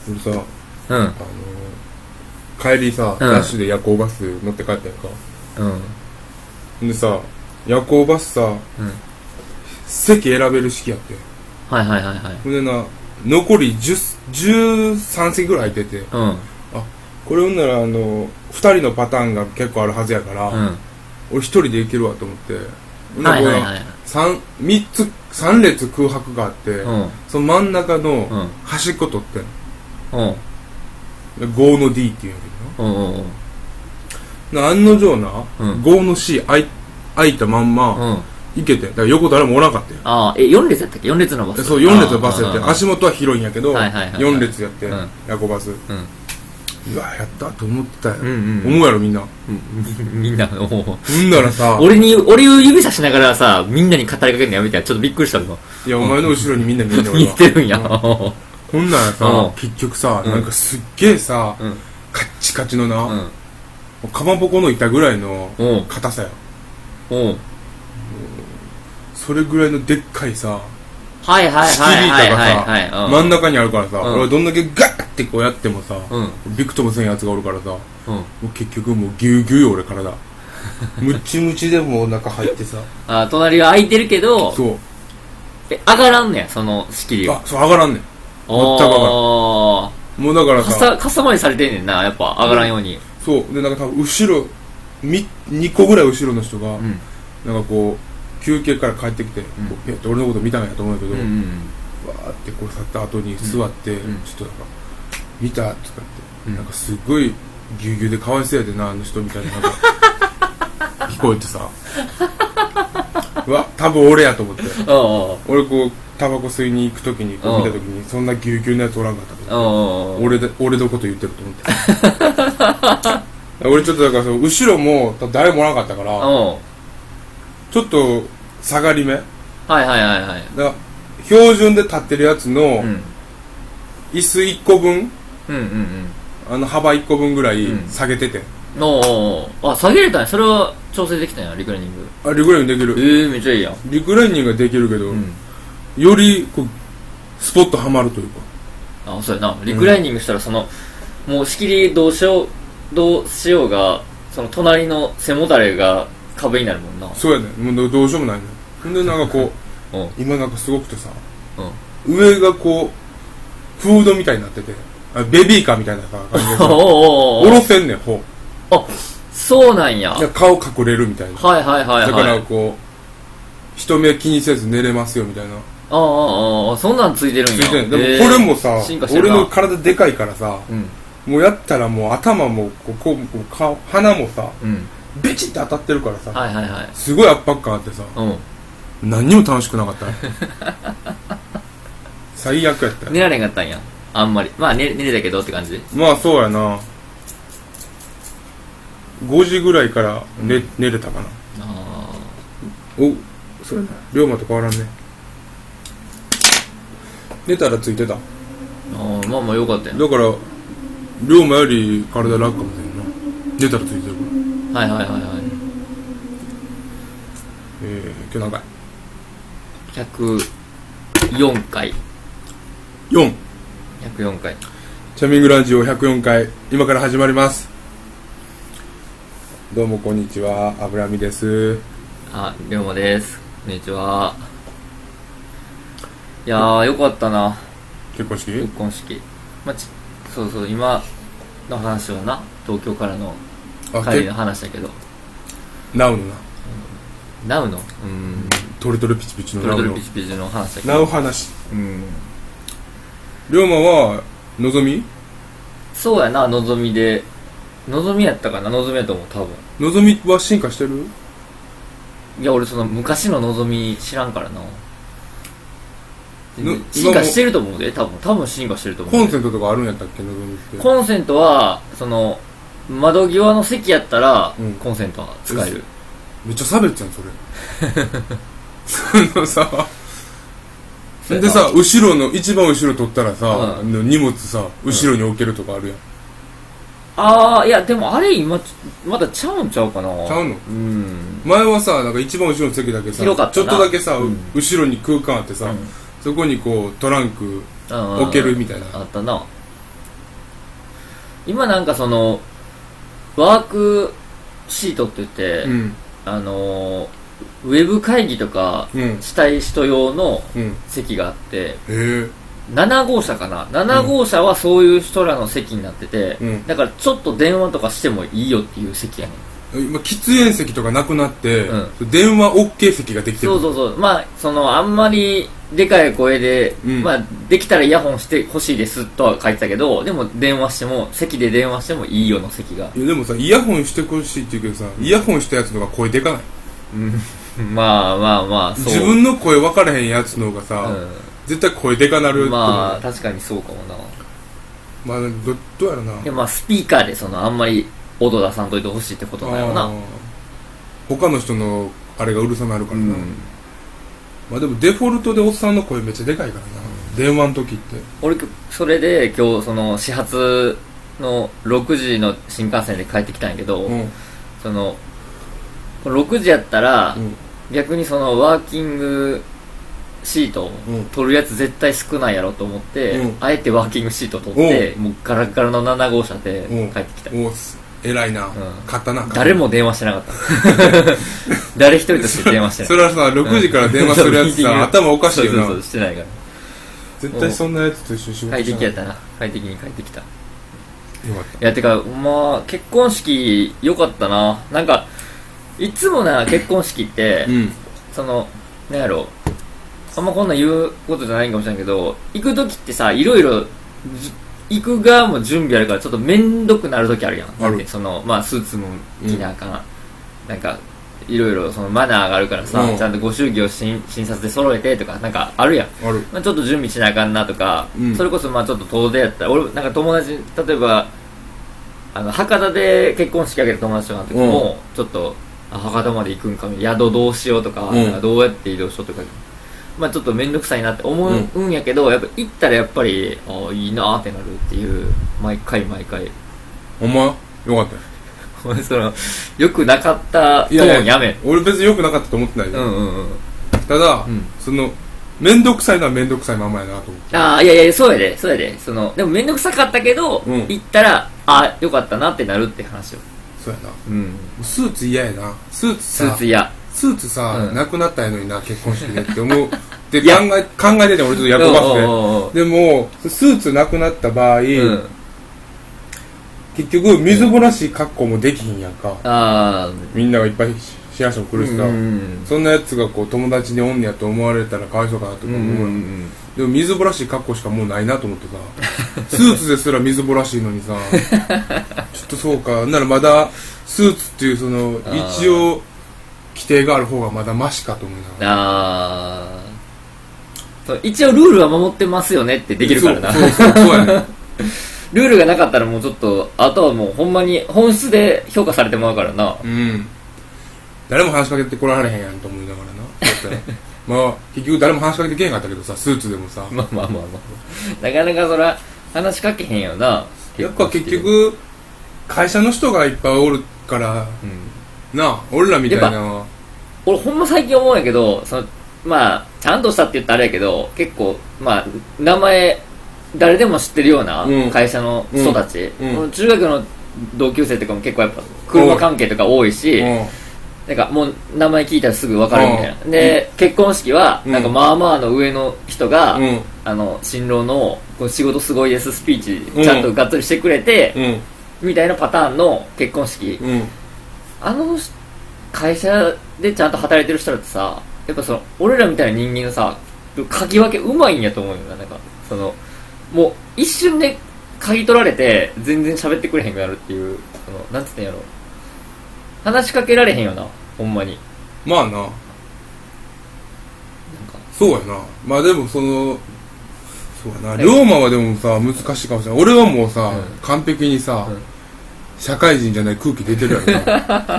俺さ、 うん。 帰りさ、 うんダッシュで夜行バス乗って帰ったやんか。 うん。 でさ、夜行バスさ、 うん。 席選べる式やって。 はいはいはいはい。 ほんでな、残り13席ぐらい空いてて、 うん。 あ、これほんなら2人のパターンが結構あるはずやから、 うん。俺一人で行けるわと思って、ほんならはいはいはい。 3列空白があって、 うん。 その真ん中のうん端っこ取ってん。 うん。 で5の D っていうんやけどな。 うんうん。 案の定な、 うん、 5の C 空いたまんま、行けて。だから横誰もおらんかったよ。 ああ、4列やったっけ？ 4 列のバス。 そう、4列のバスやって、足元は広いんやけど、 はいはいはいはい、 4列やって、 うん、 夜行バス。 うん。 うわ、やったと思ってたよ。 うんうん、 思うやろ、みんな。 みんな、 ほんならさ、 俺を指さしながらさ、みんなに語りかけるのやめて、ちょっとびっくりしたの。 いや、お前の後ろにみんな見えんねん、 見てるんや。 ほんならさ、結局さ、なんかすっげえさ、カッチカチのな、かまぼこの板ぐらいの硬さや。それぐらいのでっかいさ、 はいはいはいはい仕切り板がさ、 真ん中にあるからさ、俺はどんだけガッてこうやってもさ、びくともせんやつがおるからさ、もう結局もうギューギューよ俺体。ムチムチでもうお腹入ってさ。 あ、隣は空いてるけど、 そう。 上がらんねん、その仕切りは。 あ、そう、上がらんねん。全く上がらん。もうだからさ、 かさまりされてんねんな、やっぱ上がらんように。 そう。で、なんか多分後ろ、2個ぐらい後ろの人が、なんかこう、休憩から帰ってきて、俺のこと見たんやと思うんだけど、わーってこう去った後に座って、ちょっとなんか、見たとかって、なんかすごいぎゅうぎゅうでかわいそうやでな、あの人みたいなのが聞こえてさ、うわ、多分俺やと思って。俺こう、タバコ吸いに行くときに、こう見たときに、そんなぎゅうぎゅうのやつおらんかったけど、俺のこと言ってると思って。俺ちょっとだから後ろも誰もおらんかったから、ちょっと下がり目。 はいはいはいはい。 だから標準で立ってるやつの椅子1個分、幅1個分ぐらい下げてて。 あ、下げれたんや。それは調整できたんや、リクライニング。 あ、リクライニングできる。 めっちゃいいやん。 リクライニングができるけど、よりこうスポッとはまるというか。 あ、そうやな。リクライニングしたらもう仕切りどうしようが、その隣の背もたれが壁になるもんな。 そうやね。もうどうしようもないね。ほんでなんかこう、今なんかすごくてさ、上がこう、フードみたいになってて、ベビーカーみたいなさ、感じでさ、おろせんねん、ほう。 あ、そうなんや。 顔隠れるみたいな。 はいはいはいはい。 だからこう、人目気にせず寝れますよみたいな。 そんなんついてるんや。 ついてん。でもこれもさ、俺の体でかいからさ、もうやったらもう頭も顔、鼻もさ、ベチって当たってるからさ、すごい圧迫感あってさ、何にも楽しくなかった。最悪やったよ。 寝られんかったんや。あんまり。まあ寝れたけどって感じで。 まあそうやな。5時ぐらいから寝れたかな。お、そうやな。龍馬と変わらんね。寝たらついてた。 まあまあよかったよ。 だから龍馬より体楽かもしれんな。寝たらついてるから。 はいはいはいはい。 今日何回 ？104回。104回。 チャミングラジオ104回、今から始まります。どうもこんにちは、油見です。 龍馬です。こんにちは。いやー、よかったな。 結婚式。 そうそう、今の話はな、東京からの帰りの話だけど。 ナウのな。 ナウのトレトレピチピチのナウの。 トレトレピチピチの話だけど。 ナウ話。龍馬は、のぞみ？ そうやな、のぞみで。のぞみやったかな、のぞみやと思う、多分。 のぞみは進化してる？ いや、俺その昔ののぞみ知らんからな。進化してると思うで、多分進化してると思う。 コンセントとかあるんやったっけ、のぞみって。 コンセントは、窓際の席やったら、コンセントは使える。 めっちゃ差別やん、それ。そのさ、でさ、一番後ろ取ったらさ、荷物さ、後ろに置けるとかあるやん。 いや、でもあれ今、まだちゃうんちゃうかな。 ちゃうの？前はさ、なんか一番後ろの席だけさ、ちょっとだけさ、後ろに空間あってさ、そこにこう、トランク置けるみたいな。 あったな。 今なんかそのワークシートって言って、ウェブ会議とかしたい人用の席があって、7号車かな、7号車はそういう人らの席になってて、だからちょっと電話とかしてもいいよっていう席やねん。 今喫煙席とかなくなって、電話 OK 席ができてる。 そうまあそのあんまりでかい声で、まあできたらイヤホンしてほしいですとは書いてたけど、でも電話しても席で電話してもいいよの席が。 いやでもさ、イヤホンしてほしいって言うけどさ、イヤホンしたやつの方が声でかない？ まあそう。 自分の声分からへんやつの方がさ、絶対声でかなる。 まあ確かにそうかもな。 まあどうやろな。 でまあスピーカーでそのあんまり音出さんといてほしいってことだよな。 他の人のあれがうるさなるからな。まあでもデフォルトでおっさんの声めっちゃでかいからな、電話の時って。 俺それで今日その始発の6時の新幹線で帰ってきたんやけど、その6時やったら、逆にそのワーキングシートを取るやつ絶対少ないやろと思って、あえてワーキングシート取って、もうガラガラの7号車で帰ってきた。 偉いな、買ったな。 誰も電話してなかった誰一人として電話してない。 それはさ、6時から電話するやつさ、頭おかしいよな。 そうしてないから。 絶対そんなやつと一緒に仕事しない。 快適やったな。快適に帰ってきた。よかった。 いやてかまあ結婚式良かったな。なんかいつもな結婚式って、そのなんやろ、あんまこんなん言うことじゃないかもしれないけど、行く時ってさ、いろいろ行く側も準備あるからちょっと面倒くなる時あるやん。なんでそのまあスーツも着なあかん、なんかいろいろそのマナーがあるからさ、ちゃんとご祝儀を診察で揃えてとかなんかあるやん。まあ、ちょっと準備しなあかんなとか、それこそまあちょっと遠出やったら、俺なんか友達、例えば博多で結婚式挙げた友達とかの時も、ちょっと博多まで行くんか、宿どうしようとか、なんかどうやって移動しようとか、まあちょっと面倒くさいなって思うんやけど、やっぱ行ったらやっぱりいいなーってなるっていう、毎回ほんまよかったよ。 俺そのよくなかったトーンやめ。 俺別によくなかったと思ってないよ。ただ、その面倒くさいのは面倒くさいままやなと思って。 いやそうやでそのでも面倒くさかったけど、行ったらよかったなってなるって話を。 そうやな。スーツ嫌やな。スーツ嫌。スーツさ、なくなったんやのにな、結婚式でって思うって考えてて、俺ちょっとやっこばすね。でもスーツなくなった場合、結局みずぼらしい格好もできひんやんか。みんながいっぱいシェアション来るしさ、そんなやつがこう友達におんねやと思われたらかわいそうかなと思う。でもみずぼらしい格好しかもうないなと思ってさ、スーツですらみずぼらしいのにさちょっとそうかならまだスーツっていうその一応規定がある方がまだマシかと思いながら、一応ルールは守ってますよねってできるからな。 そうやねルールがなかったらもうちょっとあとはもうほんまに本質で評価されてまうからな。 誰も話しかけてこられへんやんと思いながらなまあ結局誰も話しかけてけへんかったけどさ、スーツでもさ、 まあなかなかそら話しかけへんよな。 やっぱ結局会社の人がいっぱいおるから、なあ、俺らみたいな。 俺ほんま最近思うんやけど、そのまあちゃんとしたって言ったらあれやけど、結構まあ名前誰でも知ってるような会社の人たち、中学の同級生とかも結構やっぱ車関係とか多いし、なんかもう名前聞いたらすぐ分かるみたいな。で、結婚式はなんかまあまあの上の人が、新郎の仕事すごいですスピーチちゃんとがっつりしてくれて、みたいなパターンの結婚式。会社でちゃんと働いてる人だってさ、やっぱその俺らみたいな人間がさ、書き分けうまいんやと思うよな。なんかそのもう一瞬で嗅ぎ取られて全然喋ってくれへんくなるっていう、そのなんつってんやろ、話しかけられへんよな、ほんまに。 まあな、そうやな。まあでもそうやな、龍馬はでもさ難しいかもしれない。俺はもうさ、完璧にさ、社会人じゃない空気出てるやろ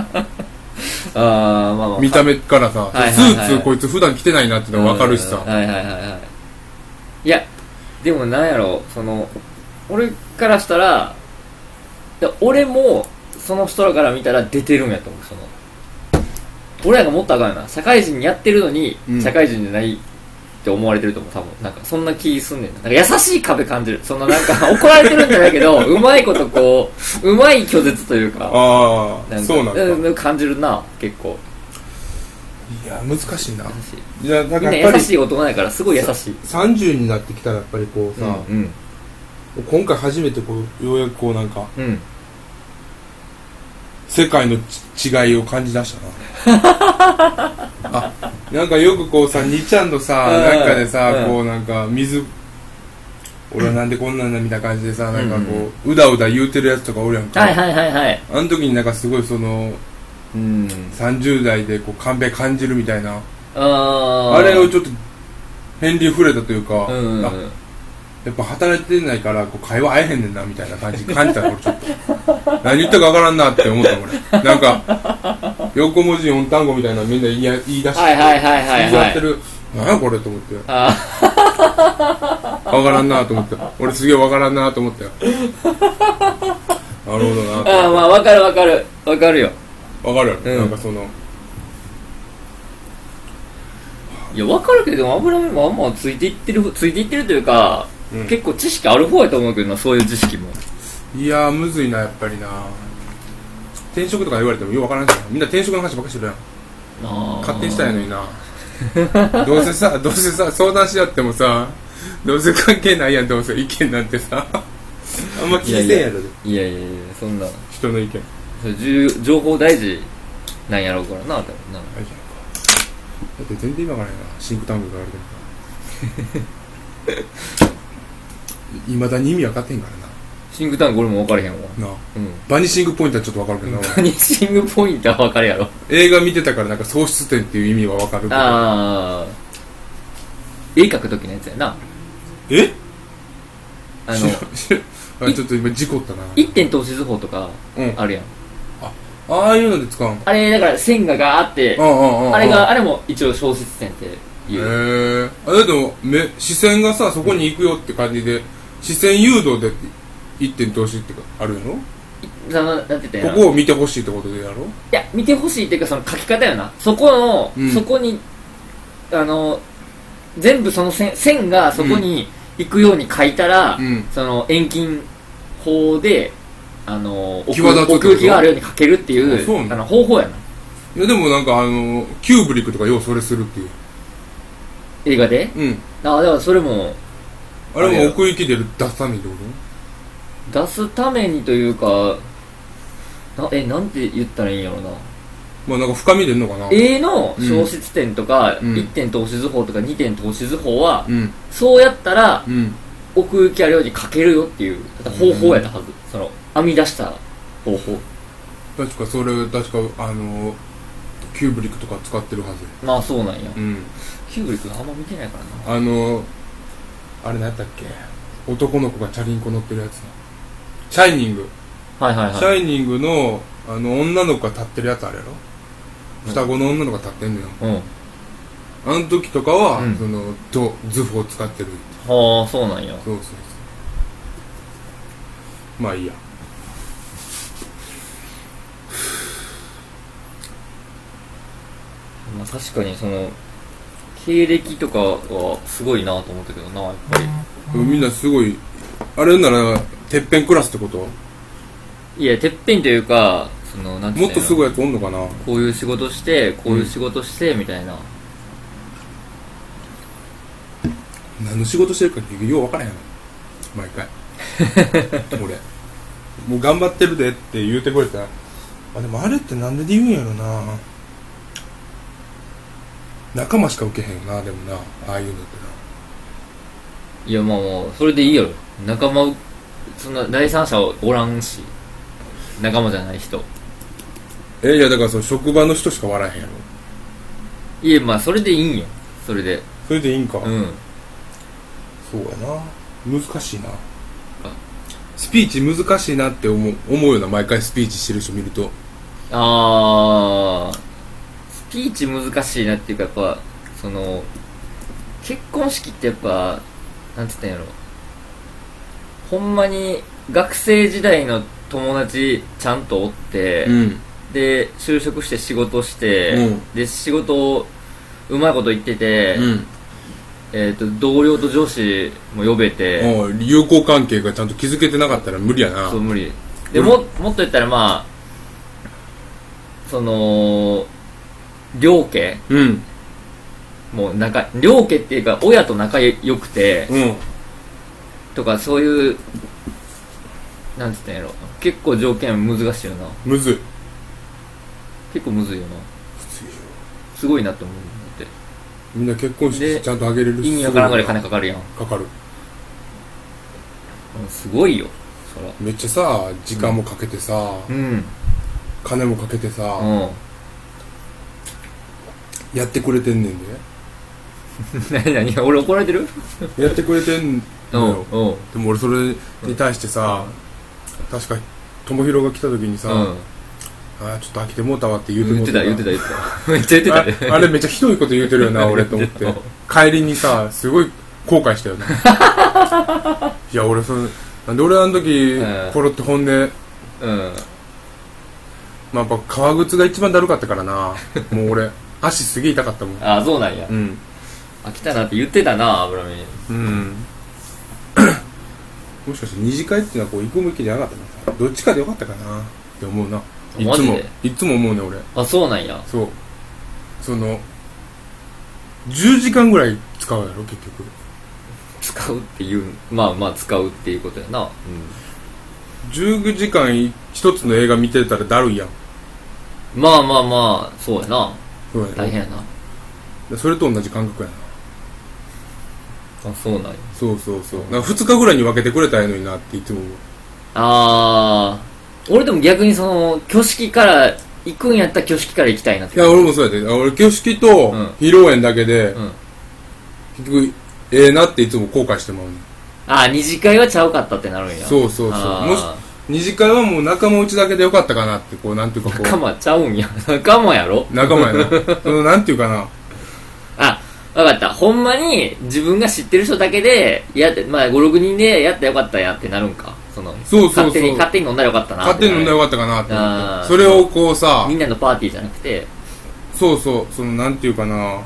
な見た目からさ、スーツこいつ普段着てないなってのが分かるしさ。 いやでもなんやろ、その俺からしたら、俺もその人らから見たら出てるんやと思う。その俺らがもっとあかんよな、社会人やってるのに、社会人じゃないって思われてると思う、多分。なんかそんな気すんねんな。なんか優しい壁感じる。そんななんか怒られてるんじゃないけど、うまいことこう、うまい拒絶というか。 ああ、そうなんだ。 感じるな、結構。 いや、難しいな。 いや、だからみんな優しい大人やから、すごい優しい。 30になってきたらやっぱりこうさ、今回初めてこう、ようやくこうなんか、世界の違いを感じ出したな。あ、なんかよくこうさ、2ちゃんのさ、なんかでさ、こうなんか俺はなんでこんなんだみたいな感じでさ、なんかこう、うだうだ言うてるやつとかおるやんか。 はいはいはいはい。 あの時になんかすごいその、30代でこう感慨感じるみたいな。あれをちょっと、片鱗触れたというか、やっぱ働いてないからこう会話合えへんねんなみたいな感じ感じたら俺ちょっと何言ったか分からんなって思った俺なんか横文字4単語みたいなみんな言い出して言い合ってる何やこれと思って分からんなと思って俺すげえ分からんなと思ったよなるほどなまあ分かるよ分かるよ、 なんかそのいや分かるけど油目もあんまついていってるというか、結構知識ある方やと思うけどな、そういう知識も。 いやーむずいなやっぱりな。転職とか言われてもよく分からんしな。みんな転職の話ばっかりしてるやん。勝手にしたいのになどうせさ相談し合ってもさどうせ関係ないやん、どうせ意見なんてさあんま気にせんやろで。 いやそんな人の意見情報大事なんやろうからな、多分な。だって全然今からやな、シンクタンクがあるけどいまだに意味分かってへんからな。 シンクタンク俺も分かれへんわな、 バニシングポイントはちょっと分かるけどバニシングポイントは分かるやろ。 映画見てたからなんか喪失点っていう意味は分かるけど。 絵描く時のやつやな。 ちょっと今事故ったな。 一点透視図法とかあるやん、 ああいうので使うんあれだから線がガーってあれも一応消失点っていう。 だって視線がさそこに行くよって感じで、視線誘導で一点透視ってあるやろ。 なんて言ったんやここを見てほしいってことでやろ。いや見てほしいっていうかその書き方やな。そこに全部その線がそこに行くように書いたら、その遠近法で奥行きがあるように書けるっていう方法やな。 いやでもなんかキューブリックとかようそれするっていう映画で。だからそれもあれも奥行きで出すためにってこと？出すためにというかなんて言ったらいいんやろうな。 まあなんか深み出んのかな。 絵の消失点とか、1点透視図法とか2点透視図法は、そうやったら、奥行きあるように書けるよっていう方法やったはず。その編み出した方法。 確かキューブリックとか使ってるはず。 まあそうなんや。キューブリックあんま見てないからな。 あれ何やったっけ、男の子がチャリンコ乗ってるやつのシャイニング。シャイニングの女の子が立ってるやつあれやろ。双子の女の子が立ってんのよ。あの時とかは、その図譜を使ってる。 はあ、そうなんや。 そうまあいいや。 まあ確かにその経歴とかはすごいなと思ったけどな、やっぱり。 みんなすごいあれならてっぺんクラスってこと？ いや、てっぺんというかなんていうの、 もっとすごいやつおんのかな。 こういう仕事してこういう仕事してみたいな。 何の仕事してるか結局よう分からへんの毎回俺もう頑張ってるでって言うてくれたら、でもあれってなんで言うんやろな。仲間しか受けへんよな。でもな、ああいうのってな。 いや、まあもうそれでいいやろ。仲間、そんな第三者おらんし、仲間じゃない人。 いやだからその職場の人しか笑えへんやろ。 いや、まあそれでいいんよ。それでいいんか。そうやな。難しいな。スピーチ難しいなって思うよな。毎回スピーチしてる人見ると。 スピーチ難しいなっていうか、やっぱ結婚式ってやっぱなんて言ったんやろ、ほんまに学生時代の友達ちゃんとおって、で就職して仕事して、で仕事をうまいこと言ってて、 同僚と上司も呼べて、 友好関係がちゃんと築けてなかったら無理やな。 そう無理で、もっと言ったらまあその両家、 うん、 もう両家っていうか親と仲良くて、 うん、 とかそういうなんつったんやろ、結構条件難しいよな。 むずい、 結構むずいよな。 きついよ。 すごいなって思う。だってみんな結婚式ちゃんとあげれるし、 意味わからんぐらい金かかるやん。 かかる。 すごいよそら。 めっちゃさ時間もかけてさ、 うん、 金もかけてさ、 うん、 やってくれてんねんで。 何俺怒られてる？ やってくれてんのよ。 うん、 でも俺それに対してさ、確か友広が来た時にさ、あちょっと飽きてもうたわって言うてもうた。 言ってためっちゃ言ってた。 あれめっちゃひどいこと言うてるよな俺と思って帰りにさすごい後悔したよね。いや俺なんで俺あの時ポロって本音、まあやっぱ革靴が一番だるかったからな。もう俺足すげえ痛かったもん。 あそうなんや。飽きたなって言ってたな油見。 もしかして二次会っていうのはこう行く向きじゃなかったのか、どっちかでよかったかなって思うな。いつも思うね俺。 あそうなんや。 そうその10時間ぐらい使うやろ結局。 使うっていうまあ使うっていうことやな。 10時間一つの映画見てたらだるいやん。 まあそうやな。 そうやな。 大変やな。 それと同じ感覚やな。 あそうなんや。 そうなんか2日ぐらいに分けてくれたらいいのになっていつも思う。 俺でも逆にその挙式から行くんやったら挙式から行きたいなって。 いや俺もそうやで。俺挙式と披露宴だけで、結局なっていつも後悔してまうね。 二次会はちゃうかったってなるんや。 そうもし二次会はもう仲間内だけでよかったかなってこうなんていうかこう仲間ちゃうんや。仲間やろ。 仲間やな。そのなんていうかな。 わかった。ほんまに自分が知ってる人だけでまあ5、6人でやったらよかったやってなるんか。 そう勝手に飲んだらよかったな。 勝手に飲んだらよかったかなって思って。それをこうさ、 みんなのパーティーじゃなくて、 そのなんていうかな、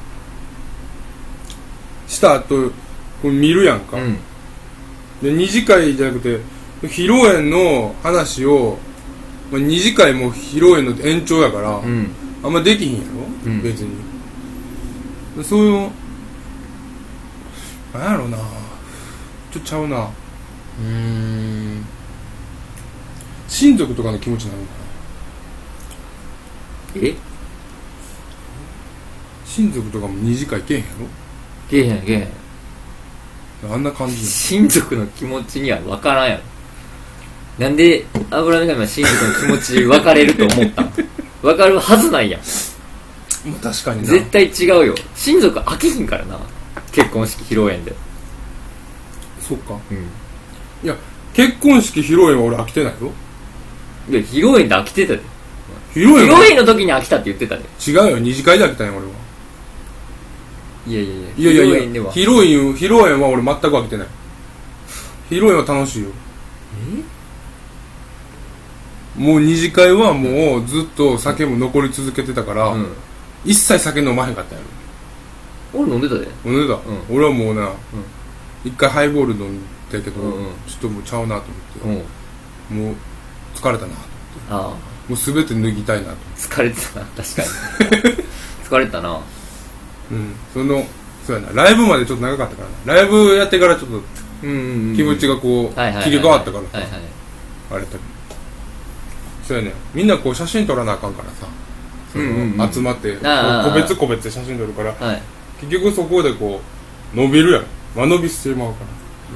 した後これ見るやんか。で二次会じゃなくて披露宴の話を、二次会も披露宴の延長やから、あんまできひんやろ、別に。そういうなんやろな、ちょっとちゃうな。親族とかの気持ちになるのかな。親族とかも二次会けえへんやろ。 けえへんあんな感じ。 親族の気持ちには分からんやろ。なんで油目が親族の気持ち分かれると思ったん？分かるはずないやん。 確かにな。 絶対違うよ。親族飽きひんからな、結婚式披露宴で。 そっか。いや結婚式披露宴は俺飽きてないよ。 いや披露宴で飽きてたで。 披露宴の時に飽きたって言ってたで。 違うよ、二次会で飽きたんや俺は。 いや披露宴は俺全く飽きてない。披露宴は楽しいよ。もう二次会はもうずっと酒も残り続けてたから、一切酒飲まへんかったんやろ。俺飲んでたで。 飲んでた。俺はもうな、一回ハイボール飲んだけど、ちょっともうちゃうなと思って、もう疲れたなと思って、もう全て脱ぎたいなと。 疲れてたな、確かに。疲れてたな。 そうやな、ライブまでちょっと長かったからな。ライブやってからちょっと気持ちがこう切り替わったからさ、あれだけど。そうやね、みんなこう写真撮らなあかんからさ、集まって個別で写真撮るから、結局そこでこう伸びるやん。間延びしてまうから。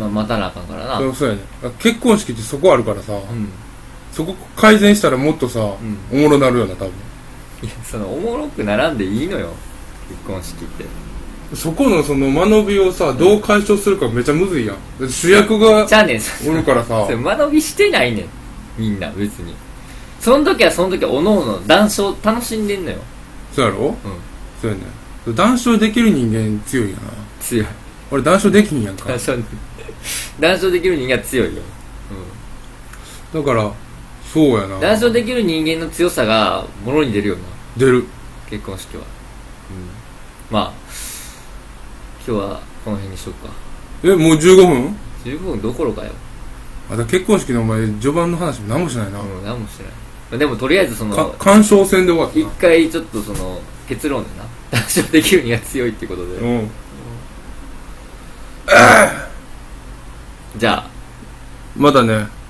待たなあかんからな。 そうやね。結婚式ってそこあるからさ、そこ改善したらもっとさ、おもろなるよな多分。 いやそのおもろくならんでいいのよ、結婚式って。 そこのその間延びをさ、どう解消するかめっちゃむずいやん。だって主役がおるからさ。 間延びしてないねん、みんな別に。その時はその時おのおの談笑楽しんでんのよ。 そうやろ。そうやね。談笑できる人間強いやな。 強い。 俺談笑できんやんか。 談笑できる人間は強いよ。 だからそうやな。 談笑できる人間の強さがものに出るよな。 出る。 結婚式は。まあ今日はこの辺にしとくか。 もう15分 15分どころかよ。 また結婚式のお前序盤の話も何もしないな。 何もしてない。でもとりあえずその干渉戦で終わったな。 一回ちょっとその結論でな、脱出できるには強いってことで、じゃあまたね。